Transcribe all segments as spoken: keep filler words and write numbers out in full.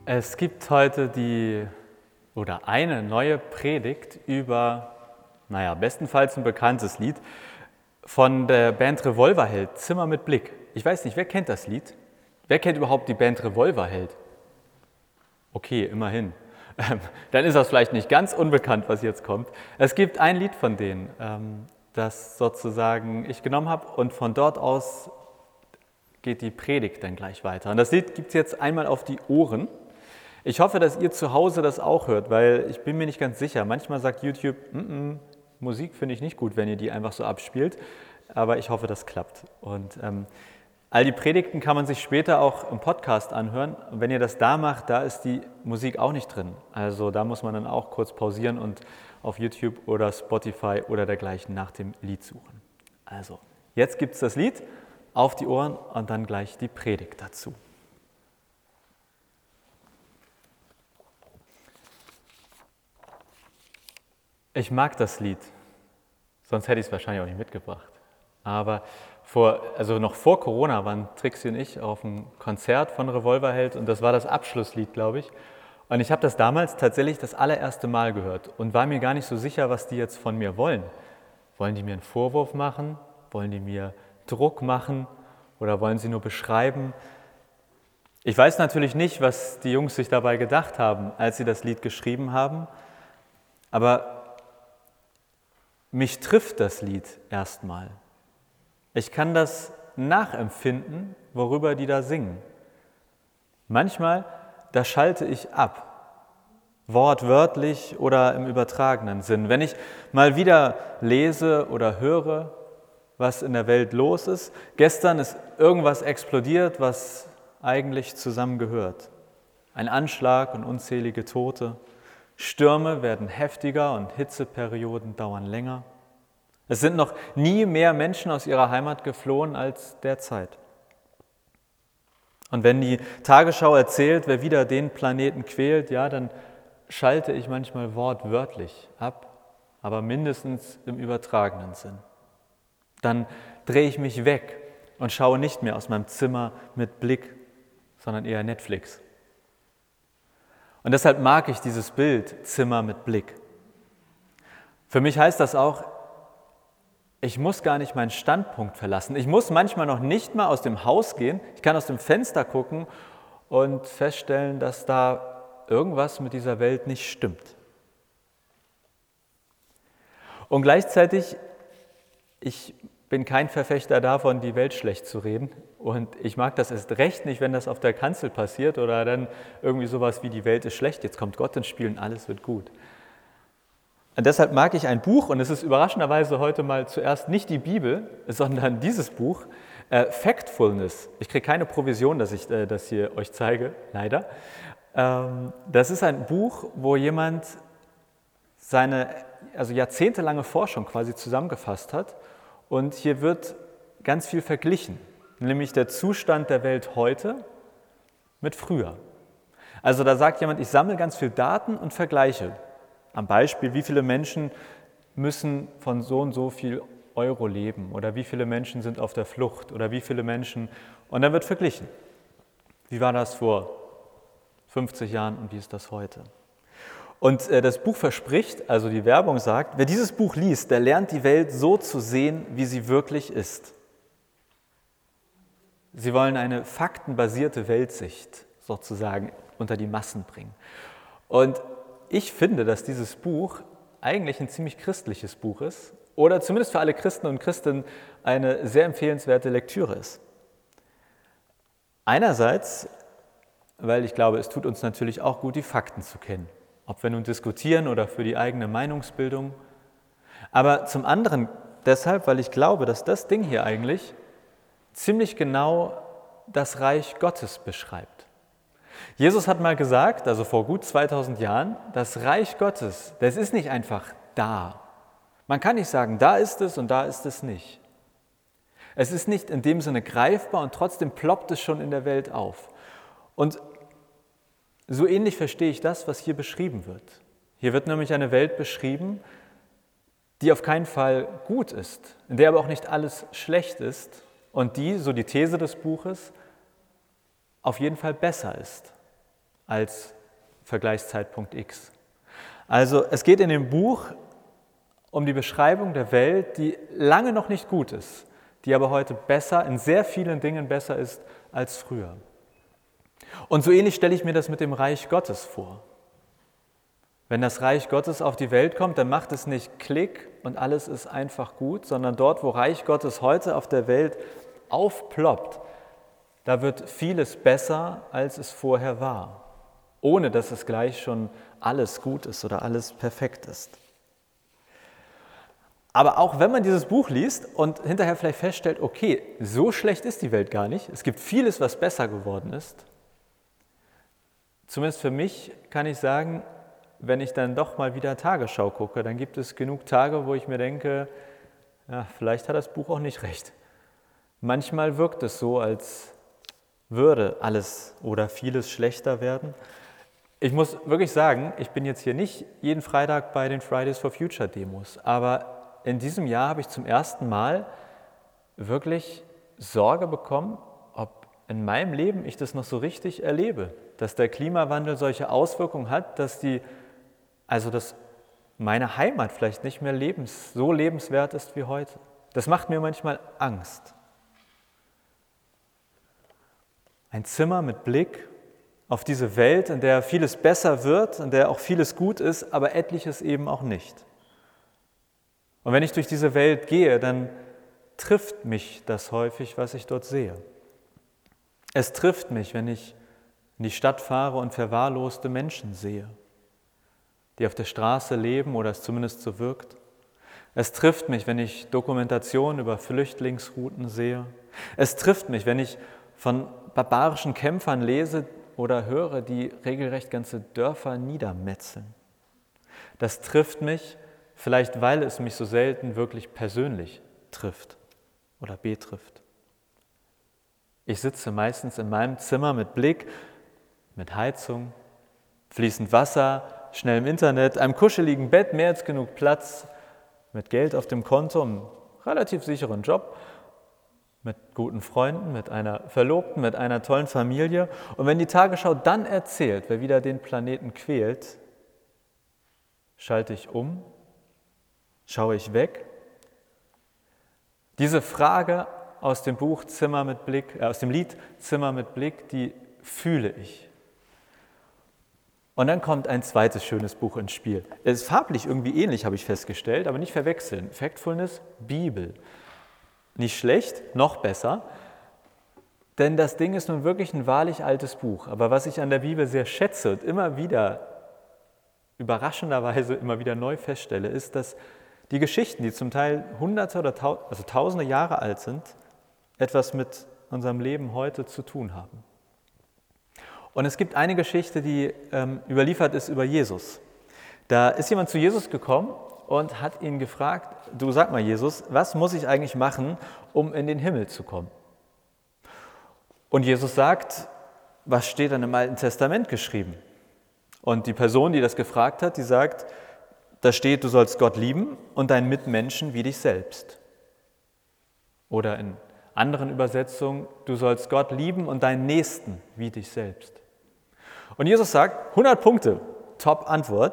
Es gibt heute die oder eine neue Predigt über, naja, bestenfalls ein bekanntes Lied von der Band Revolverheld, Zimmer mit Blick. Ich weiß nicht, wer kennt das Lied? Wer kennt überhaupt die Band Revolverheld? Okay, immerhin. Ähm, dann ist das vielleicht nicht ganz unbekannt, was jetzt kommt. Es gibt ein Lied von denen, ähm, das sozusagen ich genommen habe und von dort aus geht die Predigt dann gleich weiter. Und das Lied gibt es jetzt einmal auf die Ohren. Ich hoffe, dass ihr zu Hause das auch hört, weil ich bin mir nicht ganz sicher. Manchmal sagt YouTube, mm -mm, Musik finde ich nicht gut, wenn ihr die einfach so abspielt. Aber ich hoffe, das klappt. Und ähm, all die Predigten kann man sich später auch im Podcast anhören. Und wenn ihr das da macht, da ist die Musik auch nicht drin. Also da muss man dann auch kurz pausieren und auf YouTube oder Spotify oder dergleichen nach dem Lied suchen. Also, jetzt gibt es das Lied auf die Ohren und dann gleich die Predigt dazu. Ich mag das Lied, sonst hätte ich es wahrscheinlich auch nicht mitgebracht. Aber vor, also noch vor Corona waren Trixie und ich auf einem Konzert von Revolverheld und das war das Abschlusslied, glaube ich. Und ich habe das damals tatsächlich das allererste Mal gehört und war mir gar nicht so sicher, was die jetzt von mir wollen. Wollen die mir einen Vorwurf machen? Wollen die mir Druck machen? Oder wollen sie nur beschreiben? Ich weiß natürlich nicht, was die Jungs sich dabei gedacht haben, als sie das Lied geschrieben haben, aber mich trifft das Lied erstmal. Ich kann das nachempfinden, worüber die da singen. Manchmal, da schalte ich ab, wortwörtlich oder im übertragenen Sinn. Wenn ich mal wieder lese oder höre, was in der Welt los ist, gestern ist irgendwas explodiert, was eigentlich zusammengehört. Ein Anschlag und unzählige Tote. Stürme werden heftiger und Hitzeperioden dauern länger. Es sind noch nie mehr Menschen aus ihrer Heimat geflohen als derzeit. Und wenn die Tagesschau erzählt, wer wieder den Planeten quält, ja, dann schalte ich manchmal wortwörtlich ab, aber mindestens im übertragenen Sinn. Dann drehe ich mich weg und schaue nicht mehr aus meinem Zimmer mit Blick, sondern eher Netflix. Und deshalb mag ich dieses Bild, Zimmer mit Blick. Für mich heißt das auch, ich muss gar nicht meinen Standpunkt verlassen. Ich muss manchmal noch nicht mal aus dem Haus gehen. Ich kann aus dem Fenster gucken und feststellen, dass da irgendwas mit dieser Welt nicht stimmt. Und gleichzeitig, ich bin kein Verfechter davon, die Welt schlecht zu reden. Und ich mag das erst recht nicht, wenn das auf der Kanzel passiert oder dann irgendwie sowas wie die Welt ist schlecht, jetzt kommt Gott ins Spiel und alles wird gut. Und deshalb mag ich ein Buch, und es ist überraschenderweise heute mal zuerst nicht die Bibel, sondern dieses Buch, äh, Factfulness. Ich kriege keine Provision, dass ich äh, das hier euch zeige, leider. Ähm, das ist ein Buch, wo jemand seine also jahrzehntelange Forschung quasi zusammengefasst hat. Und hier wird ganz viel verglichen, nämlich der Zustand der Welt heute mit früher. Also da sagt jemand, ich sammle ganz viel Daten und vergleiche. Am Beispiel, wie viele Menschen müssen von so und so viel Euro leben oder wie viele Menschen sind auf der Flucht oder wie viele Menschen. Und dann wird verglichen. Wie war das vor fünfzig Jahren und wie ist das heute? Und äh, das Buch verspricht, also die Werbung sagt, wer dieses Buch liest, der lernt die Welt so zu sehen, wie sie wirklich ist. Sie wollen eine faktenbasierte Weltsicht sozusagen unter die Massen bringen. Und ich finde, dass dieses Buch eigentlich ein ziemlich christliches Buch ist oder zumindest für alle Christen und Christinnen eine sehr empfehlenswerte Lektüre ist. Einerseits, weil ich glaube, es tut uns natürlich auch gut, die Fakten zu kennen. Ob wir nun diskutieren oder für die eigene Meinungsbildung. Aber zum anderen deshalb, weil ich glaube, dass das Ding hier eigentlich ziemlich genau das Reich Gottes beschreibt. Jesus hat mal gesagt, also vor gut zweitausend Jahren, das Reich Gottes, das ist nicht einfach da. Man kann nicht sagen, da ist es und da ist es nicht. Es ist nicht in dem Sinne greifbar und trotzdem ploppt es schon in der Welt auf. Und so ähnlich verstehe ich das, was hier beschrieben wird. Hier wird nämlich eine Welt beschrieben, die auf keinen Fall gut ist, in der aber auch nicht alles schlecht ist und die, so die These des Buches, auf jeden Fall besser ist. als Vergleichszeitpunkt X. Also es geht in dem Buch um die Beschreibung der Welt, die lange noch nicht gut ist, die aber heute besser, in sehr vielen Dingen besser ist als früher. Und so ähnlich stelle ich mir das mit dem Reich Gottes vor. Wenn das Reich Gottes auf die Welt kommt, dann macht es nicht Klick und alles ist einfach gut, sondern dort, wo Reich Gottes heute auf der Welt aufploppt, da wird vieles besser, als es vorher war, ohne dass es gleich schon alles gut ist oder alles perfekt ist. Aber auch wenn man dieses Buch liest und hinterher vielleicht feststellt, okay, so schlecht ist die Welt gar nicht, es gibt vieles, was besser geworden ist, zumindest für mich kann ich sagen, wenn ich dann doch mal wieder Tagesschau gucke, dann gibt es genug Tage, wo ich mir denke, ja, vielleicht hat das Buch auch nicht recht. Manchmal wirkt es so, als würde alles oder vieles schlechter werden. Ich muss wirklich sagen, ich bin jetzt hier nicht jeden Freitag bei den Fridays for Future Demos, aber in diesem Jahr habe ich zum ersten Mal wirklich Sorge bekommen, ob in meinem Leben ich das noch so richtig erlebe, dass der Klimawandel solche Auswirkungen hat, dass die, also dass meine Heimat vielleicht nicht mehr lebens, so lebenswert ist wie heute. Das macht mir manchmal Angst. Ein Zimmer mit Blick auf diese Welt, in der vieles besser wird, in der auch vieles gut ist, aber etliches eben auch nicht. Und wenn ich durch diese Welt gehe, dann trifft mich das häufig, was ich dort sehe. Es trifft mich, wenn ich in die Stadt fahre und verwahrloste Menschen sehe, die auf der Straße leben oder es zumindest so wirkt. Es trifft mich, wenn ich Dokumentationen über Flüchtlingsrouten sehe. Es trifft mich, wenn ich von barbarischen Kämpfern lese oder höre, die regelrecht ganze Dörfer niedermetzeln. Das trifft mich, vielleicht weil es mich so selten wirklich persönlich trifft oder betrifft. Ich sitze meistens in meinem Zimmer mit Blick, mit Heizung, fließend Wasser, schnellem Internet, einem kuscheligen Bett, mehr als genug Platz, mit Geld auf dem Konto, einem relativ sicheren Job, mit guten Freunden, mit einer Verlobten, mit einer tollen Familie. Und wenn die Tagesschau dann erzählt, wer wieder den Planeten quält, schalte ich um, schaue ich weg? Diese Frage aus dem Buch Zimmer mit Blick, äh, aus dem Lied Zimmer mit Blick, die fühle ich. Und dann kommt ein zweites schönes Buch ins Spiel. Es ist farblich irgendwie ähnlich, habe ich festgestellt, aber nicht verwechseln. Factfulness, Bibel. Nicht schlecht, noch besser, denn das Ding ist nun wirklich ein wahrlich altes Buch. Aber was ich an der Bibel sehr schätze und immer wieder, überraschenderweise immer wieder neu feststelle, ist, dass die Geschichten, die zum Teil hunderte oder tau- also tausende Jahre alt sind, etwas mit unserem Leben heute zu tun haben. Und es gibt eine Geschichte, die ähm, überliefert ist über Jesus. Da ist jemand zu Jesus gekommen und hat ihn gefragt, du sag mal Jesus, was muss ich eigentlich machen, um in den Himmel zu kommen? Und Jesus sagt, was steht dann im Alten Testament geschrieben? Und die Person, die das gefragt hat, die sagt, da steht, du sollst Gott lieben und deinen Mitmenschen wie dich selbst. Oder in anderen Übersetzungen, du sollst Gott lieben und deinen Nächsten wie dich selbst. Und Jesus sagt, hundert Punkte, Top-Antwort.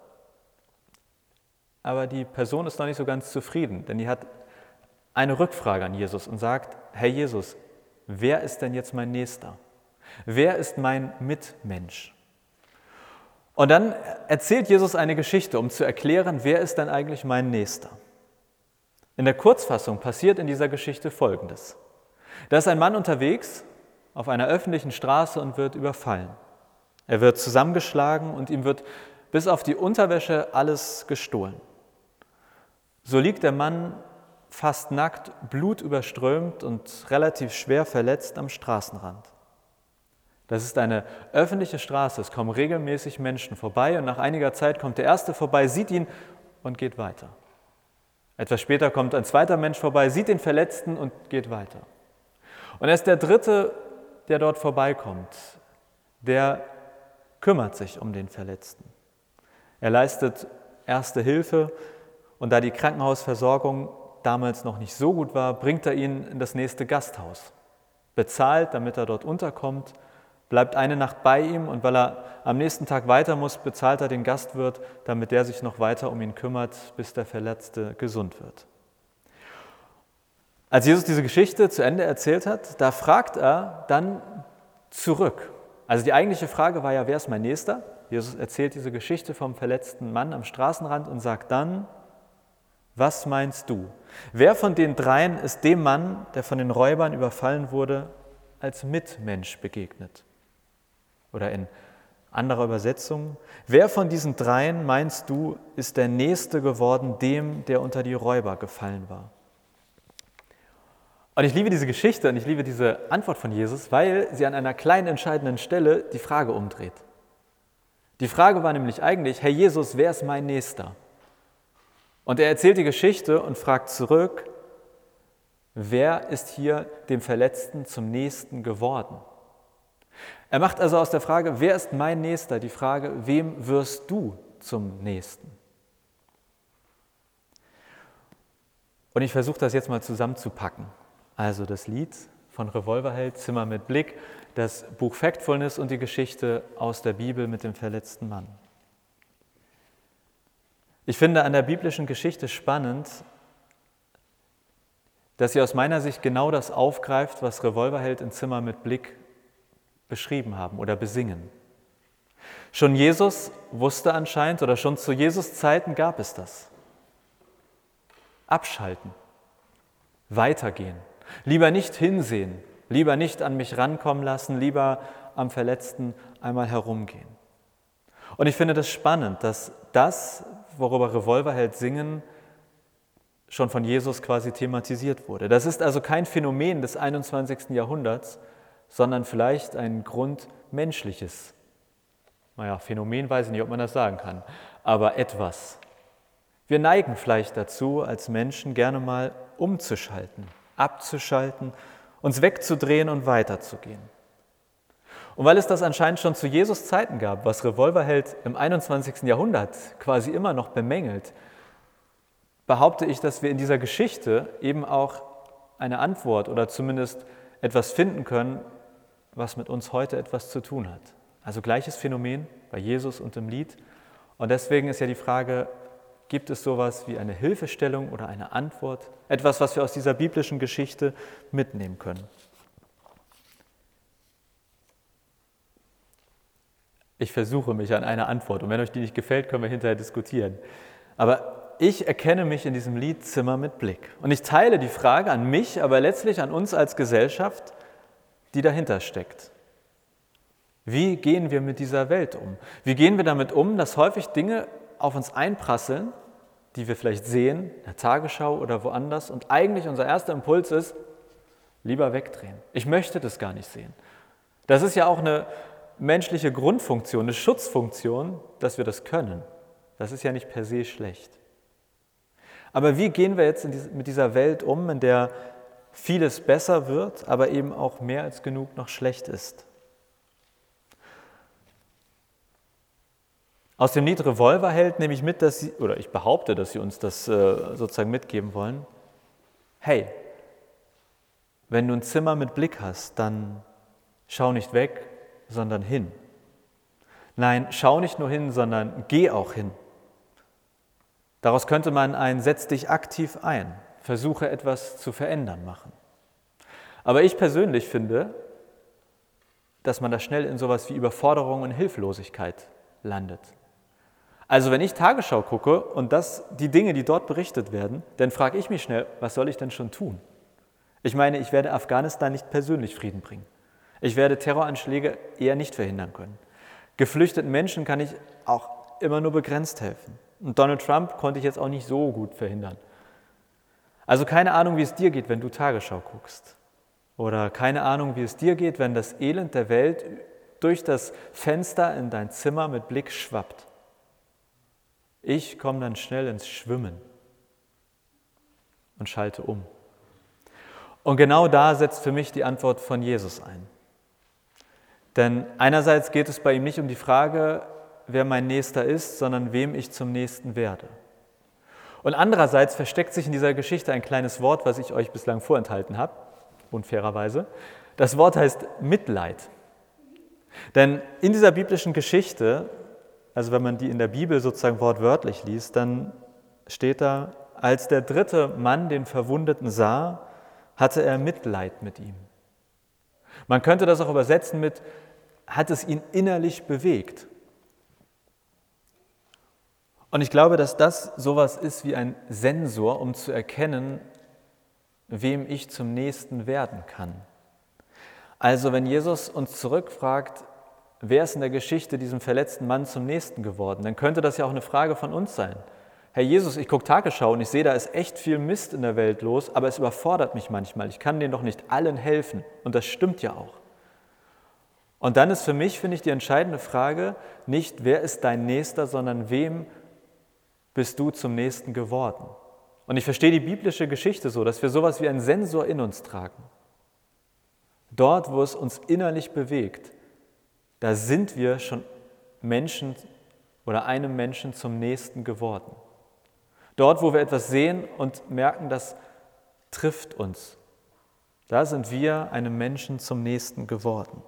Aber die Person ist noch nicht so ganz zufrieden, denn die hat eine Rückfrage an Jesus und sagt, Herr Jesus, wer ist denn jetzt mein Nächster? Wer ist mein Mitmensch? Und dann erzählt Jesus eine Geschichte, um zu erklären, wer ist denn eigentlich mein Nächster? In der Kurzfassung passiert in dieser Geschichte Folgendes. Da ist ein Mann unterwegs auf einer öffentlichen Straße und wird überfallen. Er wird zusammengeschlagen und ihm wird bis auf die Unterwäsche alles gestohlen. So liegt der Mann fast nackt, blutüberströmt und relativ schwer verletzt am Straßenrand. Das ist eine öffentliche Straße, es kommen regelmäßig Menschen vorbei und nach einiger Zeit kommt der Erste vorbei, sieht ihn und geht weiter. Etwas später kommt ein zweiter Mensch vorbei, sieht den Verletzten und geht weiter. Und erst der Dritte, der dort vorbeikommt, der kümmert sich um den Verletzten. Er leistet erste Hilfe und da die Krankenhausversorgung damals noch nicht so gut war, bringt er ihn in das nächste Gasthaus, bezahlt, damit er dort unterkommt, bleibt eine Nacht bei ihm und weil er am nächsten Tag weiter muss, bezahlt er den Gastwirt, damit der sich noch weiter um ihn kümmert, bis der Verletzte gesund wird. Als Jesus diese Geschichte zu Ende erzählt hat, da fragt er dann zurück. Also die eigentliche Frage war ja, wer ist mein Nächster? Jesus erzählt diese Geschichte vom verletzten Mann am Straßenrand und sagt dann, was meinst du? Wer von den dreien ist dem Mann, der von den Räubern überfallen wurde, als Mitmensch begegnet? Oder in anderer Übersetzung, wer von diesen dreien, meinst du, ist der Nächste geworden dem, der unter die Räuber gefallen war? Und ich liebe diese Geschichte und ich liebe diese Antwort von Jesus, weil sie an einer kleinen entscheidenden Stelle die Frage umdreht. Die Frage war nämlich eigentlich, Herr Jesus, wer ist mein Nächster? Und er erzählt die Geschichte und fragt zurück, wer ist hier dem Verletzten zum Nächsten geworden? Er macht also aus der Frage, wer ist mein Nächster, die Frage, wem wirst du zum Nächsten? Und ich versuche das jetzt mal zusammenzupacken. Also das Lied von Revolverheld, Zimmer mit Blick, das Buch Factfulness und die Geschichte aus der Bibel mit dem verletzten Mann. Ich finde an der biblischen Geschichte spannend, dass sie aus meiner Sicht genau das aufgreift, was Revolverheld in Zimmer mit Blick beschrieben haben oder besingen. Schon Jesus wusste anscheinend, oder schon zu Jesus Zeiten gab es das. Abschalten, weitergehen, lieber nicht hinsehen, lieber nicht an mich rankommen lassen, lieber am Verletzten einmal herumgehen. Und ich finde das spannend, dass das, worüber Revolverheld singen, schon von Jesus quasi thematisiert wurde. Das ist also kein Phänomen des einundzwanzigsten Jahrhunderts, sondern vielleicht ein grundmenschliches, naja, Phänomen weiß ich nicht, ob man das sagen kann, aber etwas. Wir neigen vielleicht dazu, als Menschen gerne mal umzuschalten, abzuschalten, uns wegzudrehen und weiterzugehen. Und weil es das anscheinend schon zu Jesus Zeiten gab, was Revolverheld im einundzwanzigsten Jahrhundert quasi immer noch bemängelt, behaupte ich, dass wir in dieser Geschichte eben auch eine Antwort oder zumindest etwas finden können, was mit uns heute etwas zu tun hat. Also gleiches Phänomen bei Jesus und im Lied. Und deswegen ist ja die Frage, gibt es sowas wie eine Hilfestellung oder eine Antwort? Etwas, was wir aus dieser biblischen Geschichte mitnehmen können. Ich versuche mich an eine Antwort und wenn euch die nicht gefällt, können wir hinterher diskutieren. Aber ich erkenne mich in diesem Lied Zimmer mit Blick. Und ich teile die Frage an mich, aber letztlich an uns als Gesellschaft, die dahinter steckt. Wie gehen wir mit dieser Welt um? Wie gehen wir damit um, dass häufig Dinge auf uns einprasseln, die wir vielleicht sehen, in der Tagesschau oder woanders, und eigentlich unser erster Impuls ist, lieber wegdrehen. Ich möchte das gar nicht sehen. Das ist ja auch eine menschliche Grundfunktion, eine Schutzfunktion, dass wir das können. Das ist ja nicht per se schlecht. Aber wie gehen wir jetzt in diese, mit dieser Welt um, in der vieles besser wird, aber eben auch mehr als genug noch schlecht ist? Aus dem Lied Revolverheld nehme ich mit, dass sie, oder ich behaupte, dass sie uns das äh, sozusagen mitgeben wollen. Hey, wenn du ein Zimmer mit Blick hast, dann schau nicht weg, sondern hin. Nein, schau nicht nur hin, sondern geh auch hin. Daraus könnte man ein Setz dich aktiv ein, versuche etwas zu verändern machen. Aber ich persönlich finde, dass man da schnell in sowas wie Überforderung und Hilflosigkeit landet. Also wenn ich Tagesschau gucke und das, die Dinge, die dort berichtet werden, dann frage ich mich schnell, was soll ich denn schon tun? Ich meine, ich werde Afghanistan nicht persönlich Frieden bringen. Ich werde Terroranschläge eher nicht verhindern können. Geflüchteten Menschen kann ich auch immer nur begrenzt helfen. Und Donald Trump konnte ich jetzt auch nicht so gut verhindern. Also keine Ahnung, wie es dir geht, wenn du Tagesschau guckst. Oder keine Ahnung, wie es dir geht, wenn das Elend der Welt durch das Fenster in dein Zimmer mit Blick schwappt. Ich komme dann schnell ins Schwimmen und schalte um. Und genau da setzt für mich die Antwort von Jesus ein. Denn einerseits geht es bei ihm nicht um die Frage, wer mein Nächster ist, sondern wem ich zum Nächsten werde. Und andererseits versteckt sich in dieser Geschichte ein kleines Wort, was ich euch bislang vorenthalten habe, unfairerweise. Das Wort heißt Mitleid. Denn in dieser biblischen Geschichte, also wenn man die in der Bibel sozusagen wortwörtlich liest, dann steht da, als der dritte Mann den Verwundeten sah, hatte er Mitleid mit ihm. Man könnte das auch übersetzen mit, hat es ihn innerlich bewegt. Und ich glaube, dass das sowas ist wie ein Sensor, um zu erkennen, wem ich zum Nächsten werden kann. Also wenn Jesus uns zurückfragt, wer ist in der Geschichte diesem verletzten Mann zum Nächsten geworden, dann könnte das ja auch eine Frage von uns sein. Herr Jesus, ich gucke Tagesschau und ich sehe, da ist echt viel Mist in der Welt los, aber es überfordert mich manchmal. Ich kann denen doch nicht allen helfen und das stimmt ja auch. Und dann ist für mich, finde ich, die entscheidende Frage nicht, wer ist dein Nächster, sondern wem bist du zum Nächsten geworden? Und ich verstehe die biblische Geschichte so, dass wir sowas wie einen Sensor in uns tragen. Dort, wo es uns innerlich bewegt, da sind wir schon Menschen oder einem Menschen zum Nächsten geworden. Dort, wo wir etwas sehen und merken, das trifft uns, da sind wir einem Menschen zum Nächsten geworden.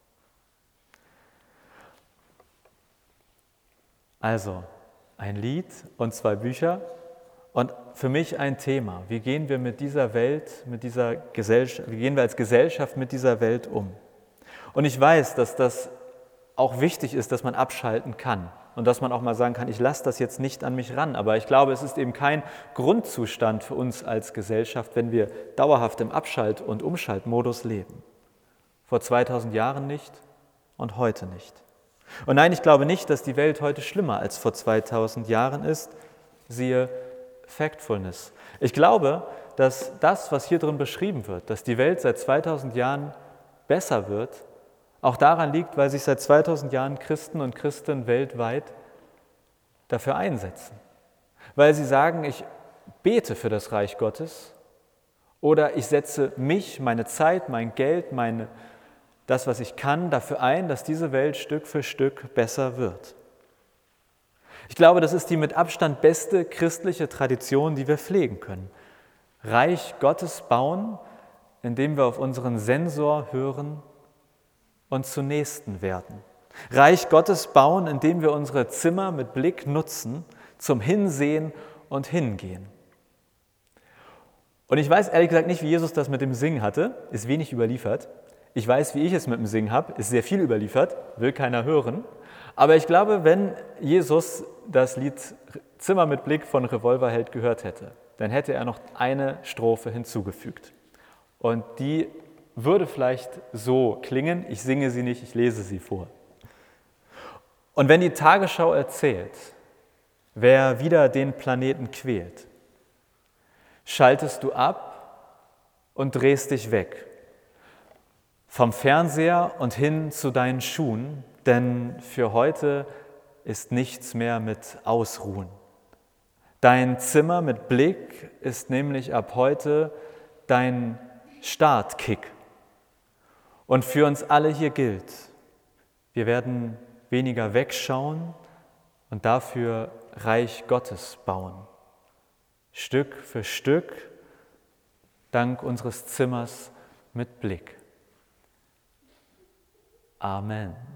Also, ein Lied und zwei Bücher und für mich ein Thema. Wie gehen wir mit dieser Welt, mit dieser Gesellschaft, wie gehen wir als Gesellschaft mit dieser Welt um? Und ich weiß, dass das auch wichtig ist, dass man abschalten kann und dass man auch mal sagen kann, ich lasse das jetzt nicht an mich ran. Aber ich glaube, es ist eben kein Grundzustand für uns als Gesellschaft, wenn wir dauerhaft im Abschalt- und Umschaltmodus leben. Vor zweitausend Jahren nicht und heute nicht. Und nein, ich glaube nicht, dass die Welt heute schlimmer als vor zweitausend Jahren ist. Siehe Factfulness. Ich glaube, dass das, was hier drin beschrieben wird, dass die Welt seit zweitausend Jahren besser wird, auch daran liegt, weil sich seit zweitausend Jahren Christen und Christinnen weltweit dafür einsetzen. Weil sie sagen, ich bete für das Reich Gottes oder ich setze mich, meine Zeit, mein Geld, meine das, was ich kann, dafür ein, dass diese Welt Stück für Stück besser wird. Ich glaube, das ist die mit Abstand beste christliche Tradition, die wir pflegen können. Reich Gottes bauen, indem wir auf unseren Sensor hören und zu Nächsten werden. Reich Gottes bauen, indem wir unsere Zimmer mit Blick nutzen, zum Hinsehen und Hingehen. Und ich weiß ehrlich gesagt nicht, wie Jesus das mit dem Singen hatte, ist wenig überliefert. Ich weiß, wie ich es mit dem Singen habe, ist sehr viel überliefert, will keiner hören. Aber ich glaube, wenn Jesus das Lied Zimmer mit Blick von Revolverheld gehört hätte, dann hätte er noch eine Strophe hinzugefügt. Und die würde vielleicht so klingen, ich singe sie nicht, ich lese sie vor. Und wenn die Tagesschau erzählt, wer wieder den Planeten quält, schaltest du ab und drehst dich weg. Vom Fernseher und hin zu deinen Schuhen, denn für heute ist nichts mehr mit Ausruhen. Dein Zimmer mit Blick ist nämlich ab heute dein Startkick. Und für uns alle hier gilt, wir werden weniger wegschauen und dafür Reich Gottes bauen. Stück für Stück, dank unseres Zimmers mit Blick. Amen.